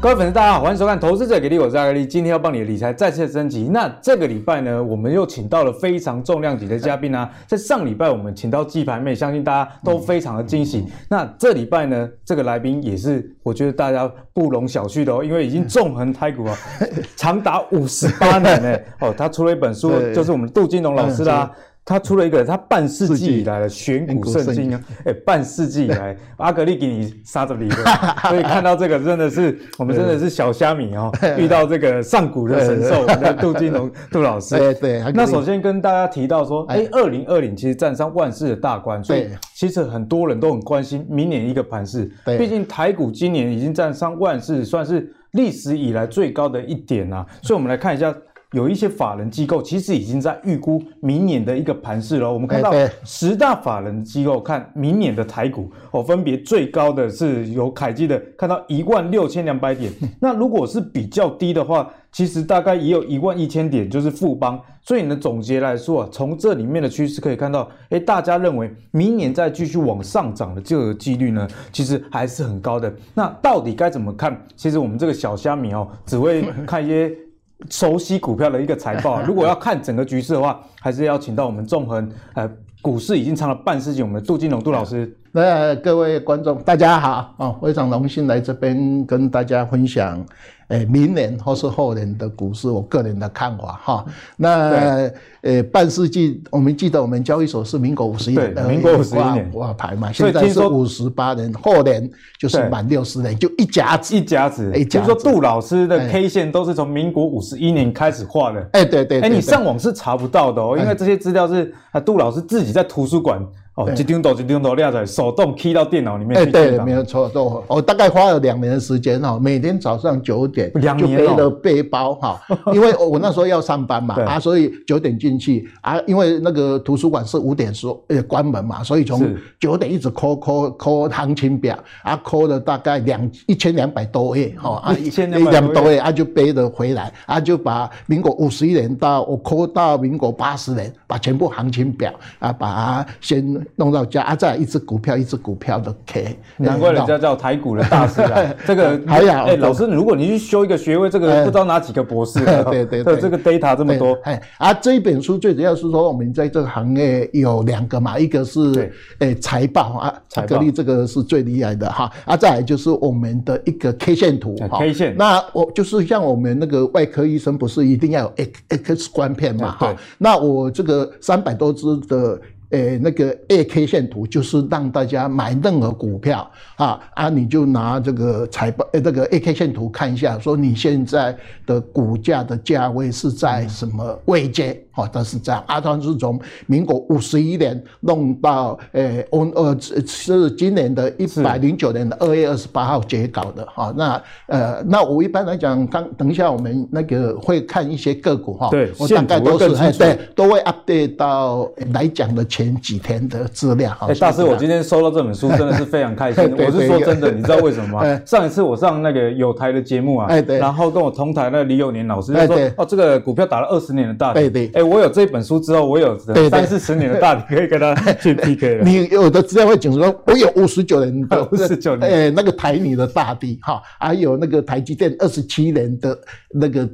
各位粉丝，大家好，欢迎收看《投资者给力》，我是阿格力，今天要帮你的理财再次升级。那这个礼拜呢，我们又请到了非常重量级的嘉宾啊。在上礼拜我们请到鸡排妹，相信大家都非常的惊喜。那这礼拜呢，这个来宾也是我觉得大家不容小觑的哦，因为已经纵横台股啊，长达58年呢。哦，他出了一本书，就是我们杜金龙老师啦。他出了一个他半世纪以来的选股圣经啊，半世纪以来，阿格力给你30厘了，所以看到这个真的是我们真的是小虾米哦，遇到这个上股的神兽，我们的杜金龙杜老师。对，那首先跟大家提到说，2020其实站上万事的大关，所以其实很多人都很关心明年一个盘势，毕竟台股今年已经站上万事，算是历史以来最高的一点啊，所以我们来看一下。有一些法人机构其实已经在预估明年的一个盘势了。我们看到10大法人机构看明年的台股分别最高的是有凯基的，看到16200点。那如果是比较低的话，其实大概也有11000点，就是富邦。所以呢，总结来说啊，从这里面的趋势可以看到，大家认为明年再继续往上涨的这个几率呢，其实还是很高的。那到底该怎么看？其实我们这个小虾米只会看一些熟悉股票的一个财报，如果要看整个局势的话，还是要请到我们纵横股市已经长了半世纪，我们的杜金龙杜老师。 各位观众大家好，非常荣幸来这边跟大家分享明年或是后年的股市我个人的看法哈。那半世纪，我们记得我们交易所是民国51年的， 民国51年挂牌嘛，现在是58年，后年就是满60年，就一甲子。 听说杜老师的 K 线都是从民国51年开始画的。 对， 你上网是查不到的哦，因为这些资料是杜老师自己在图书馆。一张图亮出来，手动 key 到电脑里面去。 对，没有错，我大概花了2年的时间每天早上9点就背了背包因为我那时候要上班嘛所以9点进去因为那个图书馆是5点关门嘛，所以从9点一直抠行情表抠了大概1200多页1200多页就背了回来就把民国51年我抠到民国80年，把全部行情表把它先弄到家再来一只股票的 K， 难怪人家叫台股的大师啦。这个还好老师，如果你去修一个学位，这个不知道哪几个博士对，这个 data 这么多。 这一本书最主要是说我们在这个行业有2个嘛，一个是财报格力这个是最厉害的再来就是我们的一个 K 线图 K 线。 那我就是像我们那个外科医生不是一定要有 X 光片嘛那我这个300多只的那个 AK 线图就是让大家买任何股票你就拿这个财报这个 AK 线图看一下，说你现在的股价的价位是在什么位阶都是这样它是从民国51年弄到是今年的109年的2月28号截稿的那我一般来讲等一下我们那个会看一些个股我大概都是都会 update 到来讲的前几天的资料大师，我今天收到这本书真的是非常开心我是说真的，你知道为什么吗？上一次我上那个有台的节目然后跟我同台那李友年老师就说这个股票打了20年的大底我有这本书之后，我有30-40年的大底可以跟他去 PK 了。 你有的资料会讲说我有59年的 59年那个台泥的大底还有那个台积电27年的那个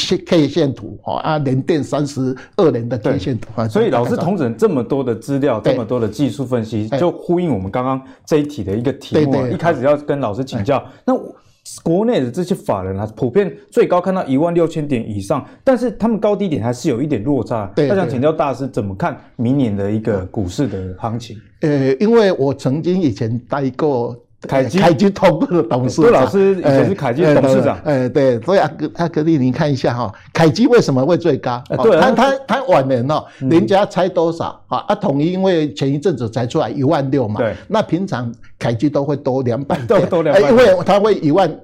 K 线图联电32年的 K 线图所以老师统整这么多的资料，这么多的技术分析，就呼应我们刚刚这一题的一个题目一开始要跟老师请教那国内的这些法人普遍最高看到16000点以上，但是他们高低点还是有一点落差。他想请教大师怎么看明年的一个股市的行情？ 因为我曾经以前待过凯基通的董事长， 杜老师以前是凯基的董事长。 对，所以阿格力，你看一下凯基为什么会最高？他晚年人家猜多少统一因为前一阵子才出来16000嘛，那平常凯基都会多200点，因为他会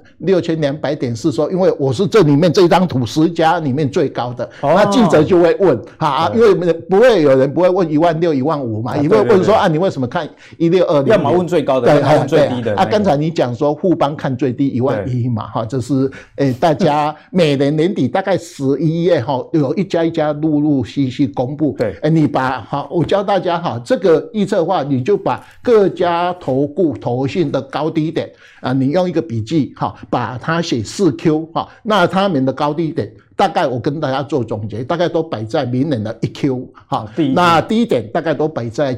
16200点是说，因为我是这里面这张图10家里面最高的，那记者就会问因为不会有人不会问16000、15000嘛，也会问说你为什么看16200？ 要么问最高的，要么问最低的。 刚才你讲说富邦看最低11000嘛这是大家每年年底大概11月有一家一家陆续公布。你把我教大家这个预测话，你就把各家投顾富投信的高低点啊，你用一个笔记哈，把它写4Q 哈，那他们的高低点大概我跟大家做总结，大概都摆在明年的1Q 哈，那低点大概都摆在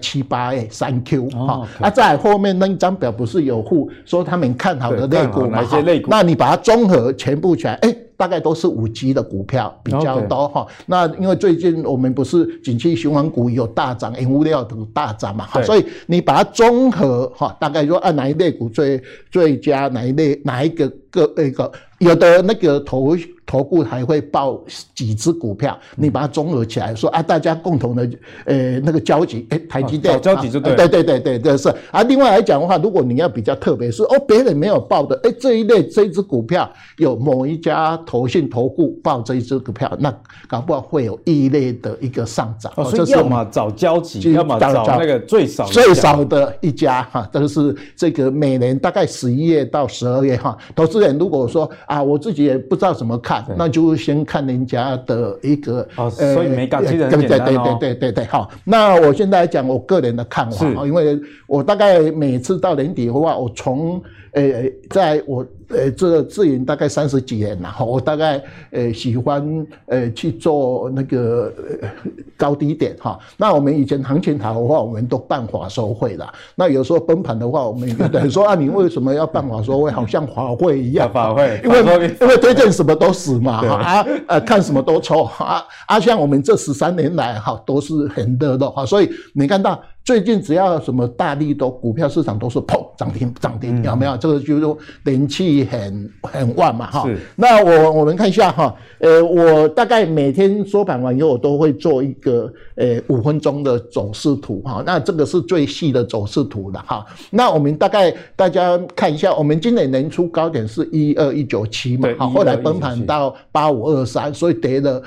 7、8、3Q 哈，在后面那一张表不是有附说他们看好的类股嘛？那你把它综合全部起来，大概都是5G 的股票比较多哈。那因为最近我们不是景气循环股有大涨，原物料都大涨嘛，所以你把它综合哈，大概说按哪一类股最佳，哪一个有的那个投顾还会报几只股票，你把它综合起来说啊，大家共同的那个交集，台积电交集就对， 对是啊。另外来讲的话，如果你要比较特别是别人没有报的，这一只股票有某一家投信投顾报这一只股票，那搞不好会有异类的一个上涨。 所以要么找交集，要么找那个最少的一家哈，这个是这个每年大概11月到12月哈，投资人如果说啊，我自己也不知道怎么看，那就先看人家的一个所以没感其实很简单对，好。那我现在讲我个人的看法，因为我大概每次到年底的话，我从在我这自营大概30几年了，我大概喜欢去做那个高低点哈。那我们以前行情好的话，我们都办法说会啦。那有时候崩盘的话，我们有的人说啊，你为什么要办法说会？好像法会一样， 法会， 因为推荐什么都死嘛，看什么都抽像我们这13年来哈都是很热的哈，所以你看到最近只要什么大利多股票市场都是砰涨停，有没有？这个就是说人气很旺嘛哈。那我们看一下哈，我大概每天收盘完以后，我都会做一个5分钟的走势图哈。那这个是最细的走势图了哈。那我们大概大家看一下，我们今年年初高点是12197嘛，好，后来崩盘到8523，所以跌了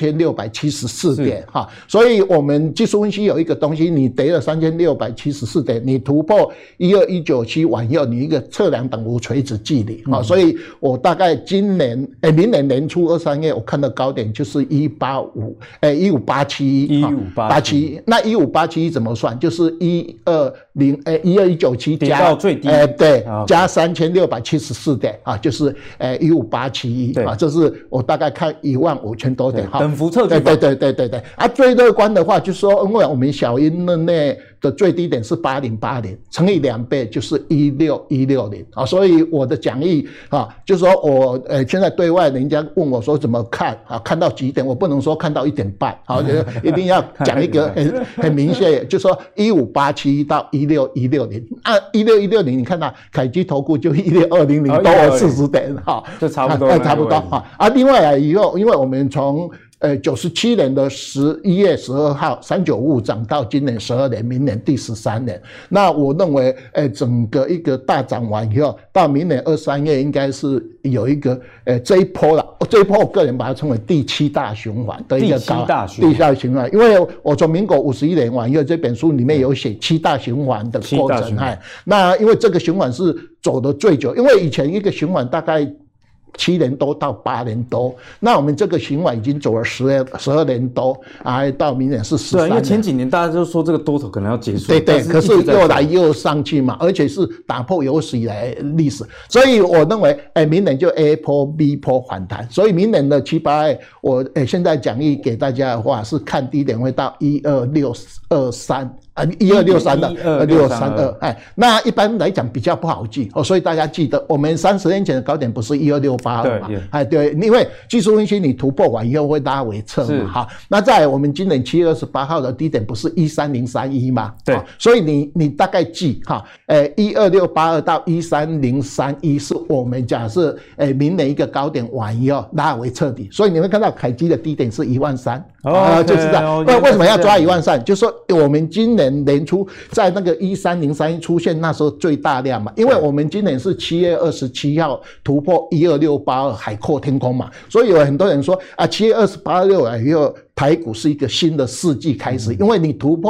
3674点哈。所以我们技术分析有一个东西，你跌了3674点，你突破12197完以后，你一个测量等无垂直距离啊，所以我大概明年年初2、3月我看的高点就是15871，那15871怎么算？就是12197加到最低对，加3674点啊，就是15871啊，这是我大概看15000多点哈， 等幅测距。 对啊，最乐观的话就是说，因为我们小阴日内的最低点是8080，乘以2倍就是16160啊，所以我的讲义啊，就是说我现在对外人家问我说怎么看啊，看到几点，我不能说看到1点半，好，一定要讲一个很明确，就是说15871到16160啊，16160你看到凯基投顾就16200多了40点哈， 这差不多哈啊，另外以后因为我们从97年的11月12号3955涨到今年12年，明年第13年。那我认为，整个一个大涨完以后，到明年2、3月应该是有一个这一波了。这一波我个人把它称为第7大循环的一个第7大循环，因为我从民国51年完以后，这本书里面有写7大循环的过程。那因为这个循环是走得最久，因为以前一个循环大概7年多到8年多，那我们这个循环已经走了12年多啊，到明年是13年。 因为前几年大家就说这个多头可能要结束， 对，可是又来又上去嘛，而且是打破有史以来历史，所以我认为，明年就 A 波 B 波反弹，所以明年的7、8月，我现在讲义给大家的话是看低点会到12623。12632的2632，那一般来讲比较不好记所以大家记得，我们30年前的高点不是12682嘛？对，因为技术分析你突破完以后会拉回撤嘛，好，那在我们今年7月28号的低点不是13031嘛？ 对， 所以你大概记12682到13031是我们假设明年一个高点完以后拉回彻底，所以你会看到凯基的低点是13000。就知道为什么要抓13000，就是说我们今年年初在那个13031出现那时候最大量嘛，因为我们今年是7月27号突破12682海阔天空嘛，所以有很多人说啊，7月28、6以后台股是一个新的世纪开始，因为你突破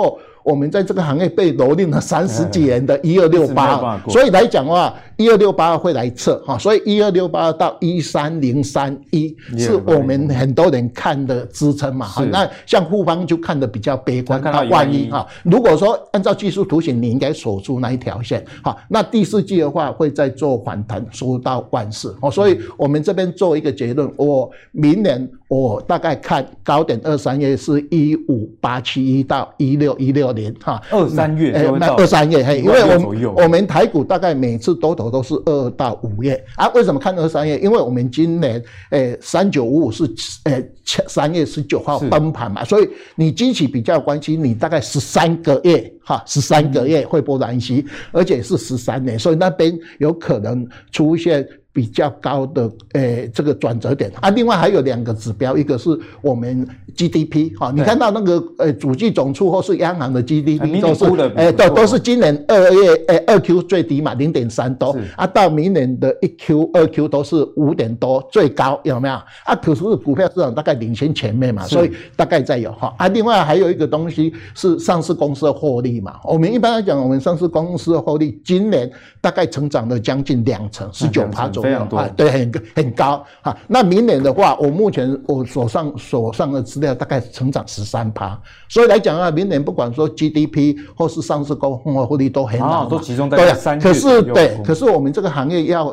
我们在这个行业被蹂躏了30几年的12682，所以来讲的话，12682会来测哈，所以12682到13031是我们很多人看的支撑嘛。那像富邦就看的比较悲观，到11000哈。如果说按照技术图形，你应该守住那一条线哈。那第四季的话会再做反弹，收到14000哦。所以我们这边做一个结论，我明年我大概看高点23月是15871到16160哈。 23月就会到 23月，因为我们台股大概每次多头都是2到5月啊。为什么看23月？因为我们今年3955是3月19号崩盘嘛，所以你基期比较有关系，你大概13个月哈，13个月会波兰息，而且是13年，所以那边有可能出现比较高的这个转折点啊。另外还有2个指标，一个是我们 GDP 哈，你看到那个主计总处或是央行的 GDP 都是都是今年2Q 最低嘛，0.3多啊，到明年的1Q、2Q 都是5点多，最高有没有啊？可是股票市场大概领先前面嘛，所以大概在有哈啊。另外还有一个东西是上市公司的获利嘛，我们一般来讲，我们上市公司的获利今年大概成长了将近2成，19%左右啊，对，很高哈。那明年的话，我目前我手上的资料大概成长13%，所以来讲啊，明年不管说 GDP 或是上市公司获利都很好， 都集中在3月。 可是我们这个行业要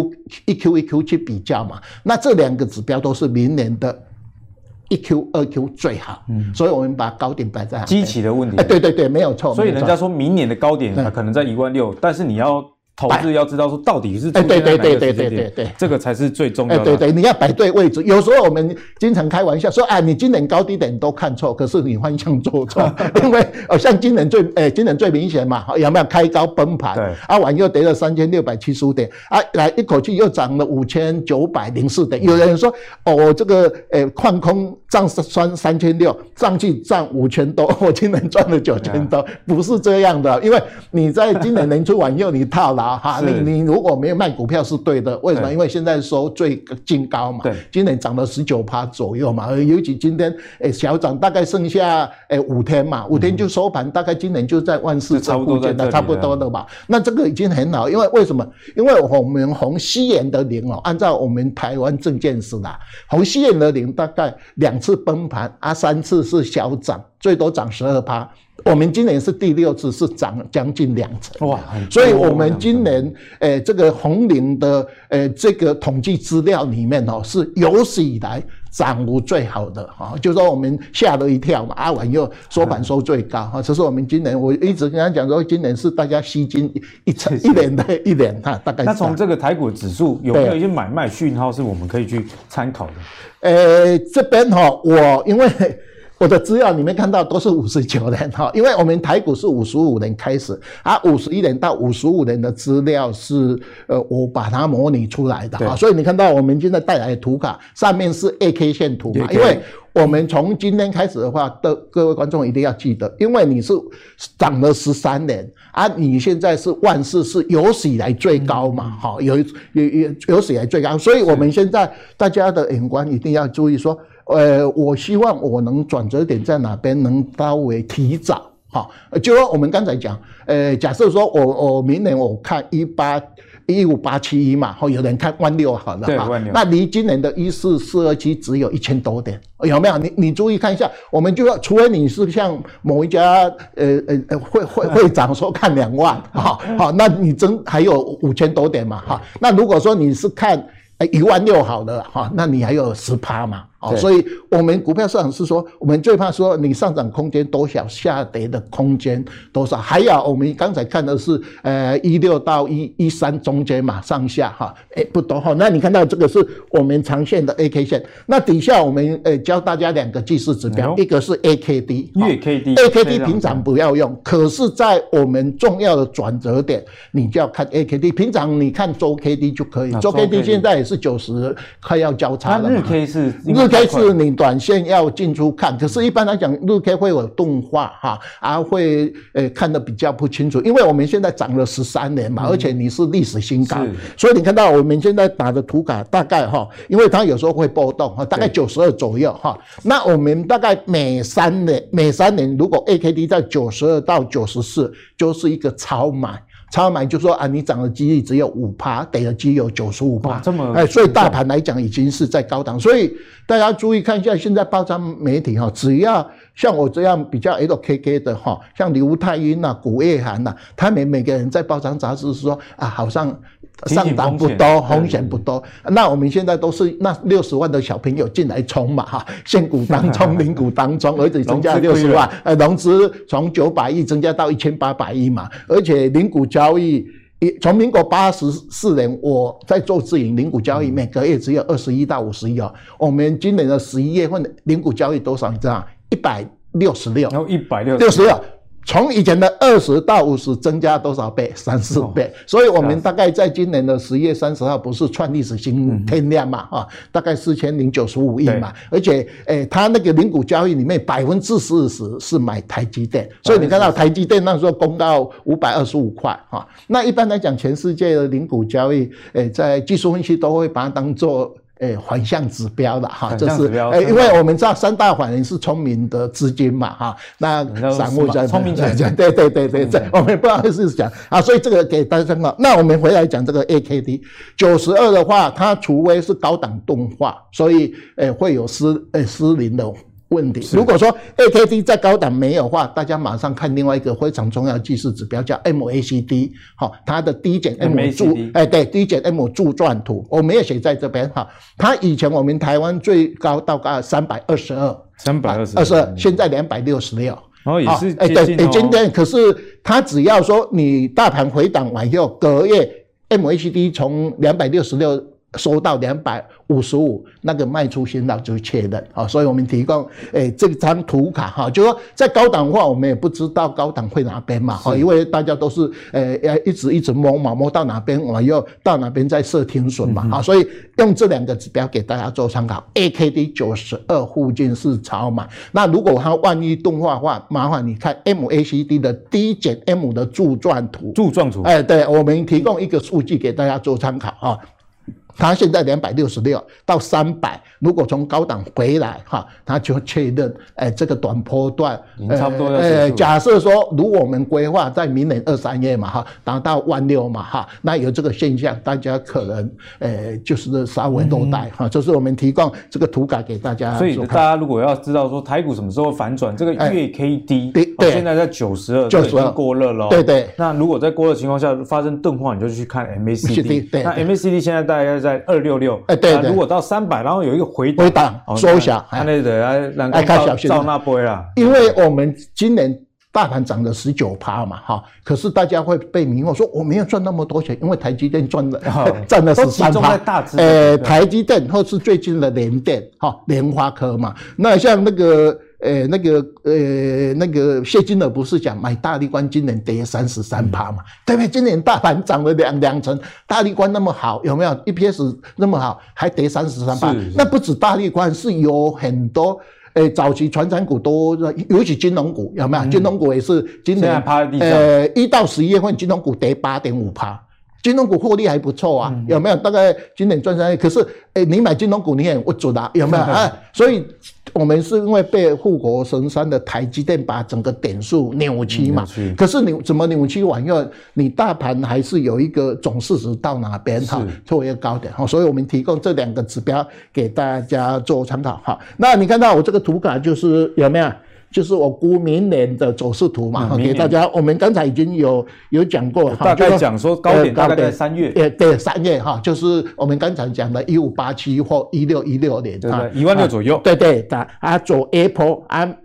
1Q 去比较嘛，那这2个指标都是明年的1Q、2Q 最好，所以我们把高点摆在基期的问题。 对，没有错。 所以人家说明年的高点可能在16000，但是你要投资要知道说到底是出现在哪个时间点，这个才是最重要的。 对，你要摆对位置。有时候我们经常开玩笑说，你今年高低点都看错，可是你方向做错，因为像今年最明显嘛，有没有开高崩盘？完又跌了3675点，来一口气又涨了5904点。有人说，我这个矿空涨3600，上去涨5000多，我今年赚了9000多，不是这样的，因为你在今年年初完又你套了。你如果没有卖股票是对的，为什么？因为现在收最近高嘛，今年涨了19%左右嘛，尤其今天小涨，大概剩下5天嘛，5天就收盘，大概今年就在14000这附近的，差不多的吧。那这个已经很好，因为为什么？因为我们红西元的0按照我们台湾证券史啦，红西元的0大概2次崩盘3次是小涨，最多涨12%。我们今年是第6次，是涨将近2成，哇！所以我们今年这个红菱的这个统计资料里面是有史以来涨幅最好的就是说我们吓了一跳嘛，完又收盘收最高这是我们今年我一直跟他讲说，今年是大家吸金一年的一年大概。 那从这个台股指数有没有一些买卖讯号是我们可以去参考的？ 这边我因为我的资料里面看到都是59年因为我们台股是55年开始51年到55年的资料是我把它模拟出来的所以你看到我们现在带来的图卡上面是 AK 线图嘛，因为我们从今天开始的话，各位观众一定要记得，因为你是涨了13年你现在是14000是有史以来最高嘛，有史以来最高，所以我们现在大家的眼光一定要注意说，我希望我能转折点在哪边能稍微提早就说我们刚才讲，假设说我明年我看15871嘛，有人看16000好了那离今年的14427只有1000多点，有没有？你注意看一下，我们就要，除非你是像某一家会长说看2万那你真还有5000多点嘛那如果说你是看16000好了那你还有10%嘛所以我们股票市场是说，我们最怕说你上涨空间多少，下跌的空间多少。还有我们刚才看的是16到113中间嘛，上下不多那你看到这个是我们长线的 AK 线，那底下我们教大家2个技术指标，一个是 AKD 月 KD 平常不要用，可是在我们重要的转折点你就要看 AKD， 平常你看周 KD 就可以，周 KD 现在也是90快要交叉了嘛， 日 K 是 K 是你短线要进出看，可是一般来讲日 K 会有钝化会看得比较不清楚，因为我们现在涨了13年嘛，而且你是历史新高，所以你看到我们现在打的图卡大概因为它有时候会波动大概92左右那我们大概每三年如果 AKD 在92到94就是一个超买就说你涨的几率只有 5%， 跌的几率有 95%， 这么所以大盘来讲已经是在高档，所以大家注意看一下现在报章媒体只要像我这样比较 LKK 的像刘太英古叶涵他们每个人在报章杂志说好像上档不多，风险不多。那我们现在都是那60万的小朋友进来冲嘛现股当中零股当中，而且增加60万，融资从900亿增加到1800亿嘛，而且零股交易从民国84年我在做自营零股交易，每个月只有21到50亿我们今年的11月份零股交易多少你知道？166，然后166。 从以前的20到50增加多少倍？3-4倍。所以我们大概在今年的10月30号不是创历史新天量嘛大概4095亿嘛，而且它那个零股交易里面40%是买台积电，所以你看到台积电那时候攻到525块那一般来讲全世界的零股交易在技术分析都会把它当作反向指标的就是因为我们知道3大法人是聪明的资金嘛那散户在聪明钱， 对，我们不好意思讲所以这个给大家参考。那我们回来讲这个 AKD 92的话，它除非是高档钝化，所以会有失灵的问题。如果说 AKD 在高档没有的话，大家马上看另外一个非常重要的技术指标叫 MACD 它的 D 减 M 对 D 减 M 柱状图我们也写在这边它以前我们台湾最高到322，现在266 也是接近今天可是它只要说你大盘回档完以后，隔月 MACD 从266收到255，那个卖出信号就确认所以我们提供这张图卡就说在高档的话，我们也不知道高档会哪边嘛因为大家都是一直摸嘛，摸到哪边完又到哪边再设停损嘛所以用这2个指标给大家做参考。 AKD 92附近是超买，那如果它万一钝化的话，麻烦你看 MACD 的 D 减 M 的柱状图对，我们提供一个数据给大家做参考它现在266到300，如果从高档回来它就确认这个短波段差不多要假设说如果我们规划在明年2、3月嘛达到16000嘛那有这个现象，大家可能就是稍微落袋这是我们提供这个图卡给大家。 所以大家如果要知道说台股什么时候反转，这个月 KD 现在在92，已经过热了对。 那如果在过热情况下发生钝化，你就去看 MACD， 那 MACD 现在大概在266， 对， 如果到300，然后有一个回档缩小， 那得小心照那杯啦。 因为我们今年大盘涨了19%嘛可是大家会被迷惑说我没有赚那么多钱，因为台积电占了13%，台积电或是最近的联电联发科嘛，那像那个谢金河不是讲买大立光今年跌33%嘛，对不对？今年大盘涨了两成，大立光那么好，有没有 EPS 那么好，还跌33%？那不止大立光，是有很多早期传产股都，尤其金融股有没有？金融股也是今年1到11月份金融股跌8.5%。金融股获利还不错有没有？大概今年赚3亿，可是你买金融股你很不准有没有所以我们是因为被护国神山的台积电把整个点数扭曲嘛，可是你怎么扭曲完以后，你大盘还是有一个总市值到哪边做一个高点所以我们提供这2个指标给大家做参考那你看到我这个图卡就是有没有？就是我估明年的走势图嘛给大家。我们刚才已经有讲过大概讲说高点大概在3月对3月就是我们刚才讲的1587或1616年对16000左右对走 Apple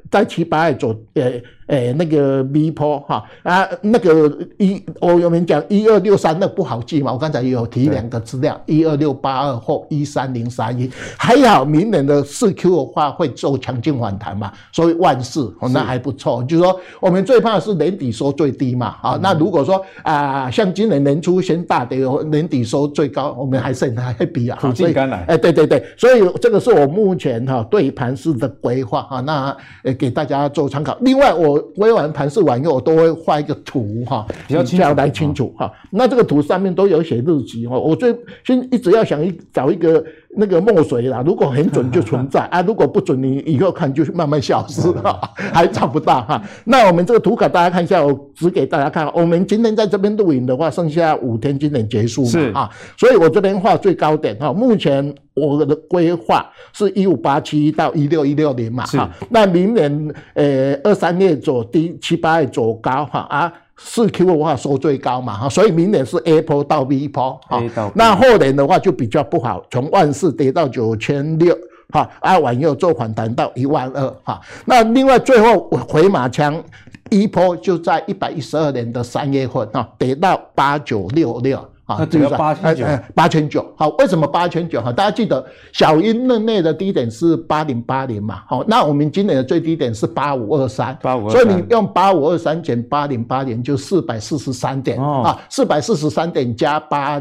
在782走那个 V 波哈那个我们讲1263那不好记嘛，我刚才也有提2个资料，12682或13031，还好明年的4Q 的话会做强劲反弹嘛，所以万事那还不错。就是说我们最怕的是年底收最低嘛，那如果说像今年年初先大跌，年底收最高，我们还是很 happy 苦尽甘来。 对，所以这个是我目前对盘势的规划那给大家做参考。另外我规划完盘势完以后，我都会画一个图比较来清楚那这个图上面都有写日期我先一直要想找一个那个墨水啦，如果很准就存在如果不准你以后看就慢慢消失还找不到那我们这个图卡大家看一下，我只给大家看。我们今天在这边录影的话，剩下5天今年结束嘛所以我这边画最高点目前我的规划是15871到16160嘛那明年23月走低，782走高4Q 的话收最高嘛所以明年是 A 波到 V 波那后年的话就比较不好，从14000跌到9600完以后做反弹到12000那另外最后回马枪一波就在112年的3月份跌到8966 那只有 8900好，为什么8900大家记得小鹰任内的低点是8080嘛那我们今年的最低点是8523所以你用8523减8080就443点443点加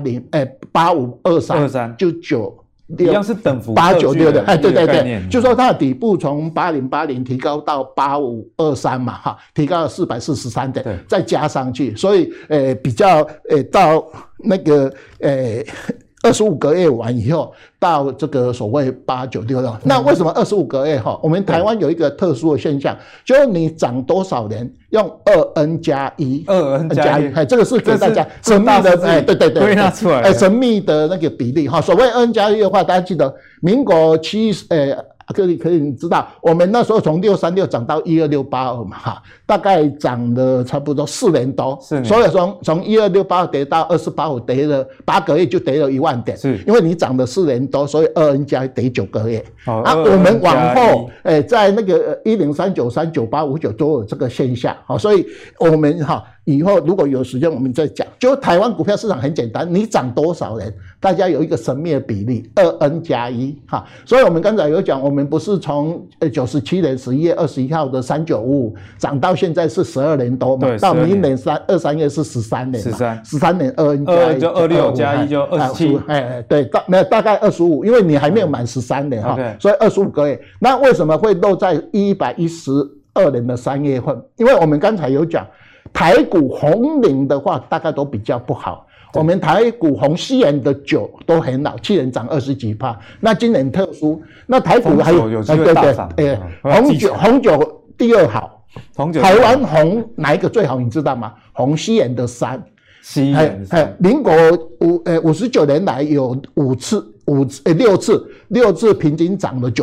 8523就一样是等幅 896的对，就说它的底部从8080提高到8523嘛提高了443点再加上去，所以比较到那个25个月完以后到这个所谓8966那为什么25个月我们台湾有一个特殊的现象，就是你涨多少年用2N+1 2N+1 这个是给大家神秘的对神秘的那个比例所谓 2N+1 的话，大家记得民国可以你知道我们那时候从636涨到12682嘛大概涨了差不多4年多所以从12682跌到285跌了8个月就跌了1万点因为你涨了4年多，所以2N+1跌9个月我们往后在那个103939 9859都有这个现象所以我们以后如果有时间我们再讲，就台湾股票市场很简单，你涨多少人大家有一个神秘的比例 2N+1 所以我们刚才有讲，我们不是从97年11月21号的3955涨到现在是12年多嘛到明年23月是13年嘛13年 2N+1 就26+1就27 对没有大概25，因为你还没有满13年所以25个月那为什么会落在112年的3月份？因为我们刚才有讲台股红领的话大概都比较不好，我们台股红西元的酒都很老，去年涨20几%，那今年特殊，那台股还有机会大涨红酒第2好，台湾红哪一个最好你知道吗？红西元的3，民国59年来有6次平均涨了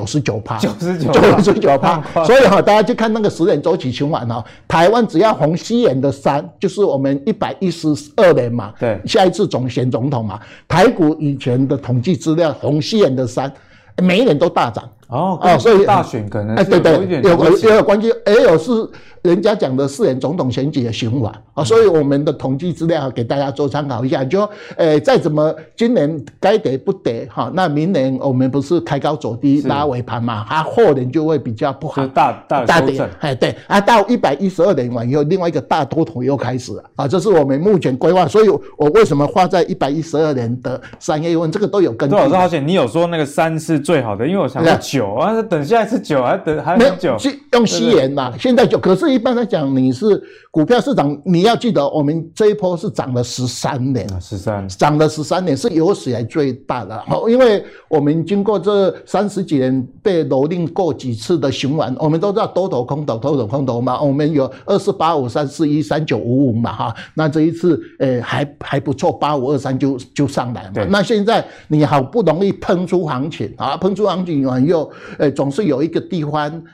99%，所以大家去看那个10年周期循环台湾只要红西元的3，就是我们112年嘛， 对， 下一次选总统嘛，台股以前的统计资料红西元的3，每一年都大涨所以大选可能对有关系，也有是人家讲的4年总统选举的循环所以我们的统计资料给大家做参考一下，就再怎么今年该跌不跌那明年我们不是开高走低拉尾盘嘛后年就会比较不好， 大跌对到112年完以后，另外一个大多头又开始了这是我们目前规划，所以我为什么画在112年的3月份，这个都有根据。 老师好险，你有说那个3是最好的，因为我想说9等下一次9还很久， 用西元嘛，现在9，可是一般来讲，你是股票市场，你要记得，我们这一波是涨了13年涨了13年是有史以来最大的因为我们经过这30几年被蹂躏过几次的循环，我们都知道多头空头嘛，我们有2485、341、3955嘛那这一次还不错，8523就上来嘛。那现在你好不容易喷出行情喷出行情完又总是有一个地方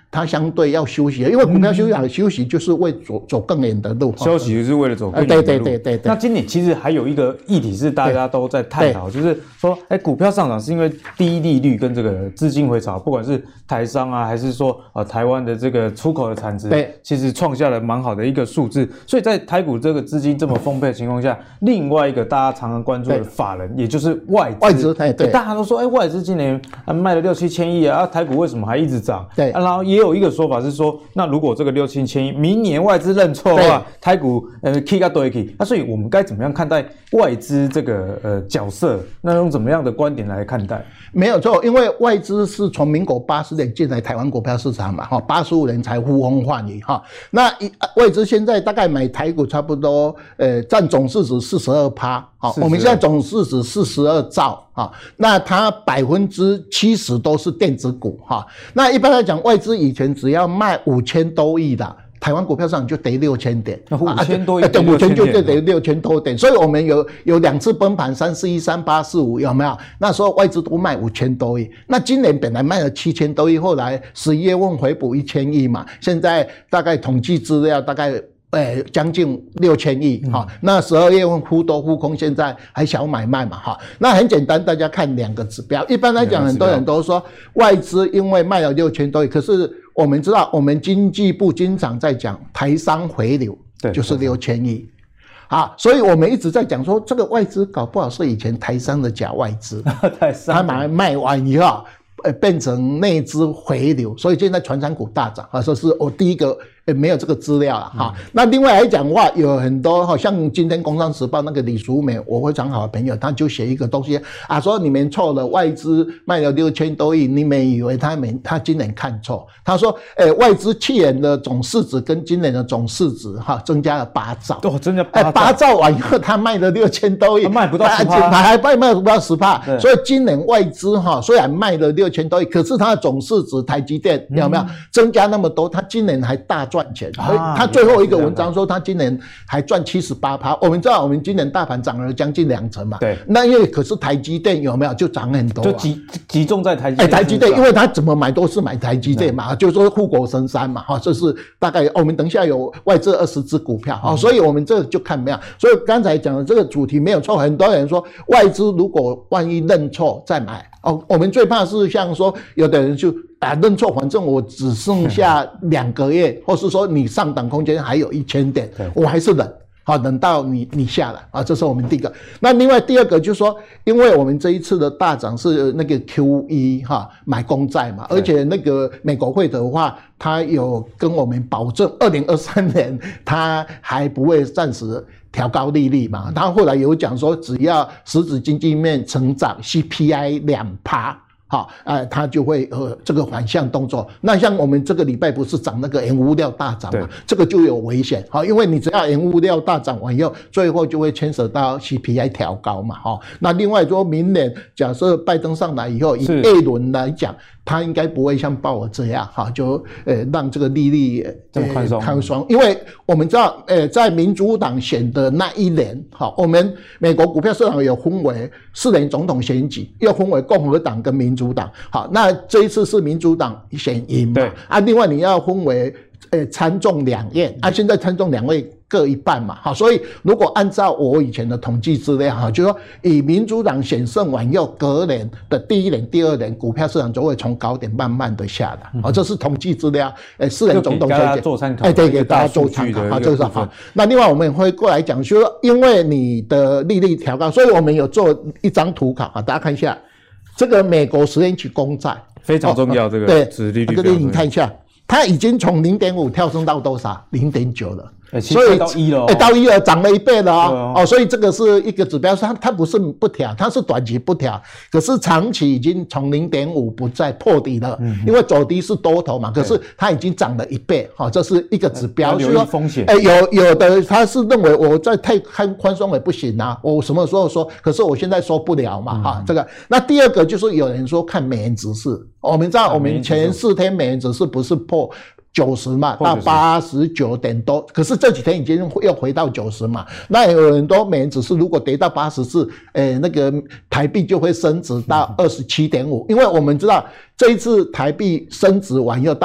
它相对要休息，因为股票休息就是为走更远的路， 休息就是为了走更远的路。 对。 那今年其实还有一个议题是大家都在探讨，就是说，股票上涨是因为低利率跟这个资金回潮，不管是台商啊，还是说台湾的这个出口的产值，其实创下了蛮好的一个数字。所以在台股这个资金这么丰沛的情况下，另外一个大家常常关注的法人，也就是外资，大家都说，外资今年卖了6-7千亿啊，台股为什么还一直涨？对，然后也有一个说法是说，那如果这个6-7千亿明年外资认错的话，台股起到对起，那所以我们该怎么样看待外资这个角色？那用怎么样的观点来看待？ 没有错，因为外资是从民国80年进来台湾股票市场嘛，85年才呼风唤雨哈。那外资现在大概买台股差不多占总市值42%，我们现在总市值42兆那它70%都是电子股哈。那一般来讲，外资以前只要卖5000多亿的，台湾股票市场就跌6000点 ，5000多亿， 对，5000就跌6000多点，所以我们有2次崩盘，341、3845有没有？那时候外资都卖5000多亿，那今年本来卖了7000多亿，后来11月份回补1000亿嘛，现在大概统计资料大概将近6000亿那12月份忽多忽空，现在还小买卖嘛那很简单，大家看2个指标。一般来讲，很多人都说外资因为卖了6000多亿，可是我们知道，我们经济部经常在讲台商回流，就是6000亿所以我们一直在讲说，这个外资搞不好是以前台商的假外资，他把它卖完以后变成内资回流，所以现在传产股大涨说是我第一个没有这个资料了那另外来讲的话，有很多像今天《工商时报》那个李淑美，我非常好的朋友，他就写一个东西说你们错了，外资卖了6000多亿，你们以为他今年看错？他说外资去年的总市值跟今年的总市值增加了8兆， 增加 8兆完以后，他卖了6000多亿， 卖不到10%， 还卖不到10%，所以今年外资虽然卖了6000多亿，可是它的总市值台积电有没有增加那么多？他今年还大赚钱他最后一个文章说他今年还赚78%，我们知道我们今年大盘涨了将近20%嘛，对，那因为可是台积电有没有就涨很多， 就集中在台积电， 台积电，因为他怎么买都是买台积电嘛，就是说护国神山嘛这是大概我们等一下有外资20只股票所以我们这就看没有。所以刚才讲的这个主题没有错，很多人说外资如果万一认错再买我们最怕是像说有的人就认错，反正我只剩下2个月，或是说你上档空间还有1000点，我还是忍等到你下来这是我们第一个。那另外第二个就是说，因为我们这一次的大涨是那个 QE 买公债嘛，而且那个美国会的话，他有跟我们保证2023年他还不会暂时调高利率嘛，他后来有讲说，只要实质经济面成长 CPI 2%。它就会这个反向动作。那像我们这个礼拜不是涨那个原物料大涨嘛，这个就有危险因为你只要原物料大涨完以后，最后就会牵扯到 CPI 调高嘛那另外说明年假设拜登上来以后，以 A 轮来讲，他应该不会像鲍尔这样就让这个利率这么宽松， 因为我们知道在民主党选的那一年我们美国股票市场有分为4年总统选举，又分为共和党跟民主党那这一次是民主党选赢嘛另外你要分为参众两院现在参众两院各一半嘛所以如果按照我以前的统计资料就是说以民主党选胜完又隔年的第1年第2年股票市场就会从高点慢慢的下来这是统计资料4年总统选举对，给大家做参考这个是好。那另外我们也会过来讲说，因为你的利率调高，所以我们有做一张图卡大家看一下这个美国10年期公债非常重要这个殖利率标准， 你看一下它已经从 0.5 跳升到多少 0.9 了所以到1了到1了，涨了1倍了所以这个是一个指标，它不是不调，它是短期不调，可是长期已经从 0.5 不再破底了因为走低是多头嘛，可是它已经涨了1倍这是一个指标， 留意风险有的他是认为我再太宽松也不行我什么时候说，可是我现在说不了嘛这个。那第二个就是有人说看美元指数，我们知道我们前4天美元指数不是破90嘛，到89点多，可是这几天已经又回到90嘛。那有很多美元指数如果跌到84，那个台币就会升值到27.5，因为我们知道这一次台币升值完又到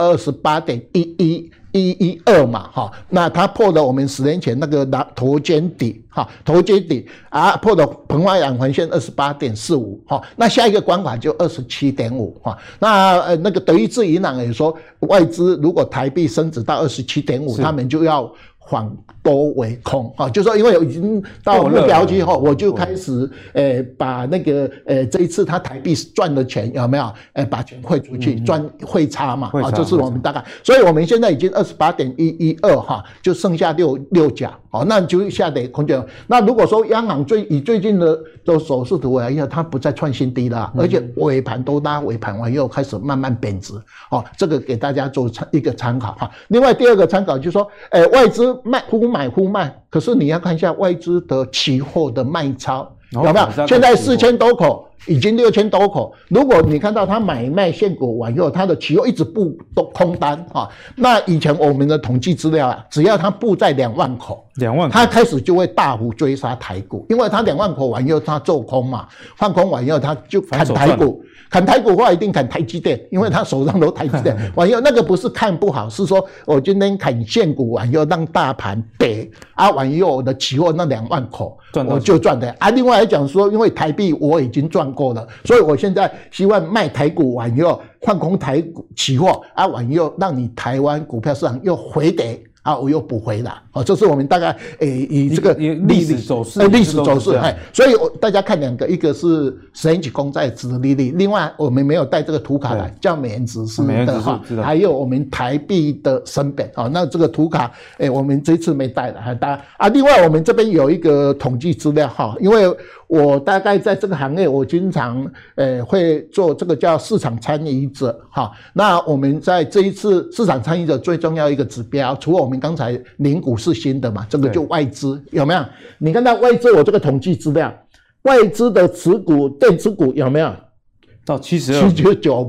28.112嘛，哈，那它破了我们10年前那个头肩底，哈，头肩底啊，破了膨化养环线28.45，哈，那下一个关卡就27.5，哈，那个德意志银行也说，外资如果台币升值到27.5，他们就要反多为空啊，就是说因为已经到目标之后，我就开始把那个这一次他台币赚的钱有没有把钱汇出去赚汇差嘛啊，这是我们大概，所以我们现在已经28.112哈，就剩下六角，好，那就下跌空间。那如果说央行以最近的走势图来看，它不再创新低了，而且尾盘都拉尾盘完又开始慢慢贬值，哦，这个给大家做一个参考哈。另外第二个参考就是说，外资忽买忽卖，可是你要看一下外资的期货的卖超有没有？现在4000多口，已经6000多口。如果你看到他买卖现股完以后，他的期货一直布都空单啊，那以前我们的统计资料啊，只要他布在2万口，2万口，他开始就会大幅追杀台股，因为他2万口完以后他做空嘛，放空完以后他就砍台股。砍台股的话，一定砍台积电，因为他手上都台积电。完以后，那个不是看不好，是说我今天砍现股完以后，让大盘跌啊，完以后我的期货那2万口我就赚的啊。另外来讲说，因为台币我已经赚过了，所以我现在希望卖台股完以后换空台股期货啊，完以后让你台湾股票市场又回跌。啊，我又补回了，哦，这是我们大概以这个历史走势， 所以大家看2个，一个是10年期公债殖利率，另外我们没有带这个图卡来，叫美元指数的哈，还有我们台币的升贬，哦，那这个图卡，我们这次没带了，还带啊。另外我们这边有一个统计资料哈，因为我大概在这个行业，我经常会做这个叫市场参与者哈。那我们在这一次市场参与者最重要一个指标，除了我们刚才零股是新的嘛，这个就外资有没有？你看到外资我这个统计资料，外资的持股电子股有没有？ 到79%，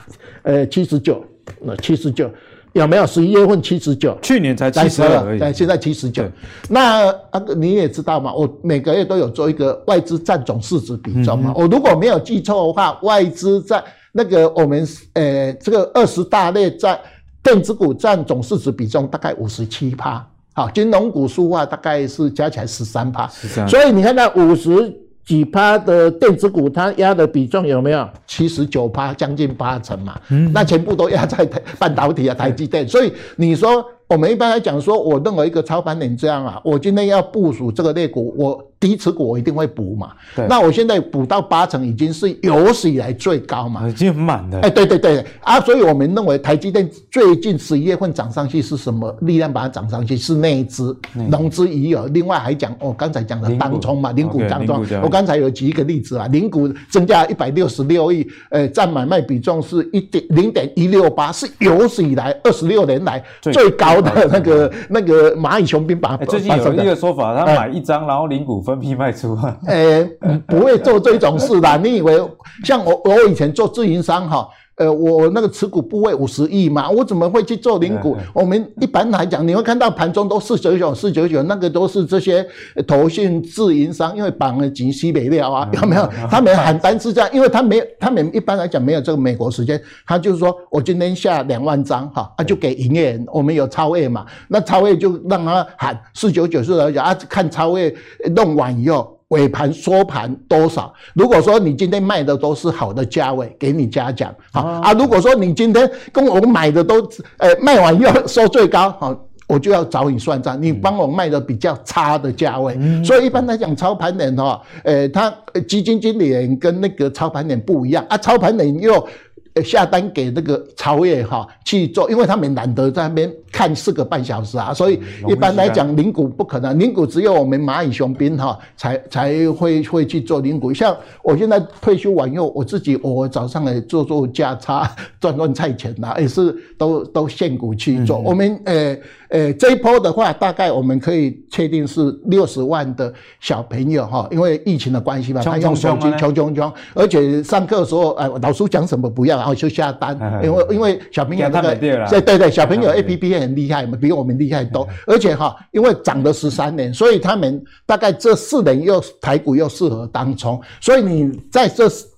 79。有没有11月份79？ 去年才72而已， 对，现在79。那你也知道嘛，我每个月都有做一个外资占总市值比重嘛。我如果没有记错的话，外资在那个我们这个20大类在电子股占总市值比重大概57%，好，金融股数化大概是加起来13%，所以你看到50几%的电子股，它压的比重有没有79%，将近80%嘛？那全部都压在半导体啊、台积电。所以你说我们一般来讲说，我任何一个操盘人这样啊，我今天要部署这个类股，我低持股我一定会补嘛。那我现在补到80%，已经是有史以来最高嘛， 已经很满了。 对啊，所以我们认为台积电最近11月份涨上去是什么力量把它涨上去？是内资融资已有。另外还讲我刚才讲的当冲嘛，零股当冲。我刚才有举一个例子啊，零股增加166亿，占买卖比重是0.168%，是有史以来26年来最高的那个蚂蚁雄兵把它最近有一个说法，他买1张，然后零股分批卖出。 不会做这种事的。你以为像我以前做自营商哈？我那个持股部位50亿嘛，我怎么会去做零股？我们一般来讲，你会看到盘中都499，那个都是这些投信自营商，因为绑了钱西北料啊，有没有？他们喊单是这样，因为他们一般来讲没有这个美国时间，他就是说我今天下2万张哈，就给营业人，我们有超越嘛，那超越就让他喊499啊，看超越弄完以后。尾盘收盘多少？如果说你今天卖的都是好的价位，给你嘉奖啊！如果说你今天跟我买的都卖完又收最高，好，我就要找你算账，你帮我卖的比较差的价位。所以一般来讲，操盘人他基金经理人跟那个操盘人不一样啊，操盘人又下单给那个超越去做，因为他们懒得在那边看4个半小时啊，所以一般来讲零股不可能，零股只有我们蚂蚁雄兵才会去做零股。像我现在退休完以后，我早上来做价差赚菜钱啦，也是都现股去做。我们这一波的话，大概我们可以确定是60万的小朋友因为疫情的关系嘛，他用手机冲，而且上课的时候老师讲什么不要，然后就下单，因为小朋友那个对小朋友 APP 很厉害嘛，比我们厉害多，而且因为涨了13年，所以他们大概这4年台股又适合当冲，所以你在这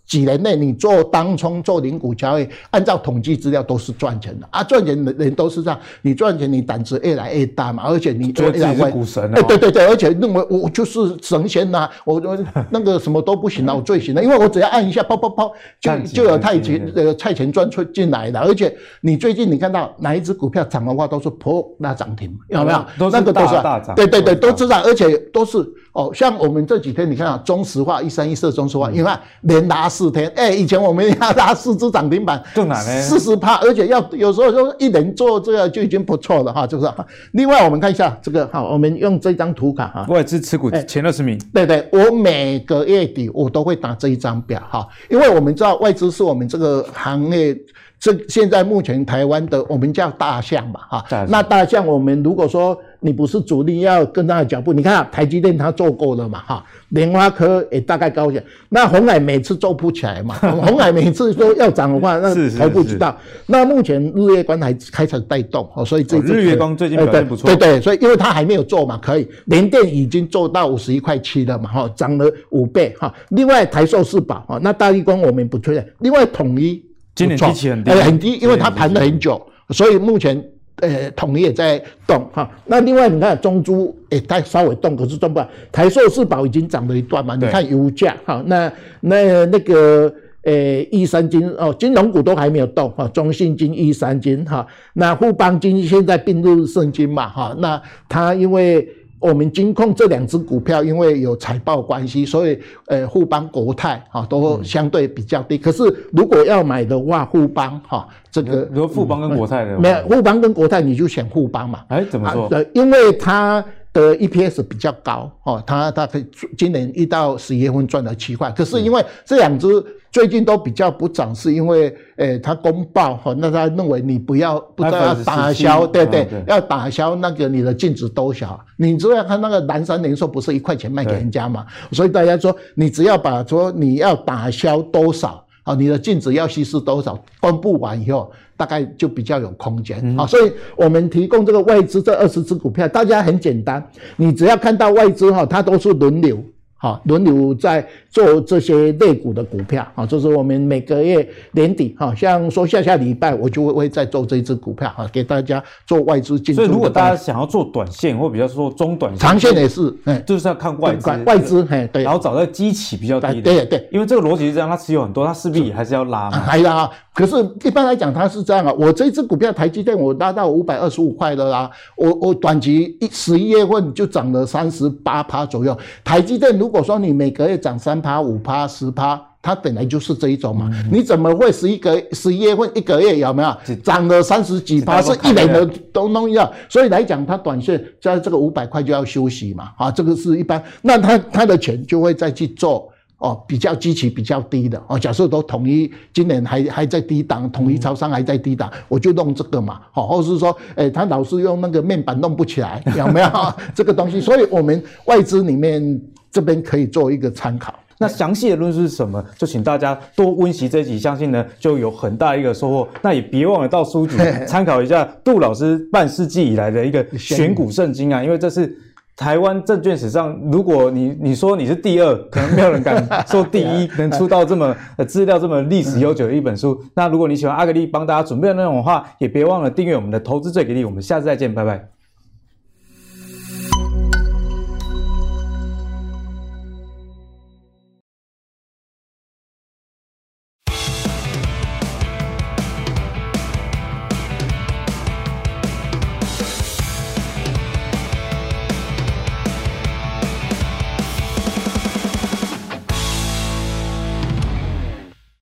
几年内你做当冲做零股交易，按照统计资料都是赚钱的啊，赚钱的人都是这样，你赚钱你胆子越来越大嘛，而且你觉得自己是股神啊， 对，而且认为我就是神仙呐，我那个什么都不行了，我最行了，因为我只要按一下砰砰砰就有菜钱赚出进来了，而且你最近你看到哪一只股票涨的话都是大涨停，有没有？ 那个都是大涨， 对，都知道，而且都是像我们这几天你看啊，中石化1314中石化，你看连拉4天，以前我们要拉4只涨停板， 更难呢 ，40%，而且有时候就一人做这个就已经不错了哈，是不是？另外我们看一下这个哈，我们用这张图卡哈， 外资持股前20名， 对，我每个月底我都会打这一张表哈，因为我们知道外资是我们这个行业。现在目前台湾的我们叫大象嘛哈，那大象我们如果说你不是主力要跟它的脚步，你看台积电它做过了嘛哈，联发科也大概高一点，那鸿海每次做不起来嘛，鸿海每次说要涨的话，那头部知道。那目前日月光还开始带动，所以日月光最近表现不错， 对，所以因为它还没有做嘛，可以联电已经做到51.7块了嘛哈，涨了5倍哈。另外台塑四宝哈，那大立光我们不确认，另外统一。 今年基期很低， 很低，因为它盘了很久，所以目前统一也在动哈。那另外你看中珠它稍微动，可是动不了。台塑四宝已经涨了一段嘛，你看油价哈，那个益生金金融股都还没有动哈，中信金、益生金哈，那富邦金现在并入圣金嘛哈，那它因为。我们金控这2只股票因为有财报关系，所以富邦国泰都相对比较低。可是如果要买的话，富邦这个如果富邦跟国泰的没有富邦跟国泰，你就选富邦嘛。 怎么说？ 因为它的 EPS 比较高它可以今年1到11月份赚了7块。可是因为这2只最近都比较不涨，是因为他公报那他认为你不知道要打消，对，要打消那个你的净值多少。你只要看那个南山零售不是1块钱卖给人家嘛，所以大家说你只要把说你要打消多少你的净值要稀释多少，公布完以后大概就比较有空间所以我们提供这个外资这20只股票，大家很简单，你只要看到外资它都是轮流在做这些类股的股票这是我们每个月年底像说下礼拜我就会再做这一只股票给大家做外资进驻。 所以如果大家想要做短线或比较说中短线， 长线也是就是要看外资对， 然后找到基期比较低的，对， 因为这个逻辑是这样，它持有很多，它势必还是要拉嘛， 还拉。可是一般来讲它是这样我这一只股票台积电我拉到525块的啦，我短期11月份就涨了38%左右。台积电如果说你每个月涨3%、5%、10%，它本来就是这一种嘛，你怎么会11月份1个月有没有涨了30几%，是一年的都弄要，所以来讲它短线在这个500块就要休息嘛这个是一般，那它的钱就会再去做。比较基期比较低的假设都统一今年还在低档，统一超商还在低档，我就弄这个嘛或是说他老是用那个面板弄不起来，有没有这个东西？所以我们外资里面这边可以做一个参考。 那详细的论述是什么？就请大家多温习这一集，相信呢就有很大一个收获。那也别忘了到书局参考一下杜老师半世纪以来的一个选股圣经因为这是台湾证券史上，如果你说你是第2，可能没有人敢说第1，能出到这么资料这么历史悠久的一本书。那如果你喜欢阿格力帮大家准备的内容的话，也别忘了订阅我们的投资最给力。我们下次再见，拜拜。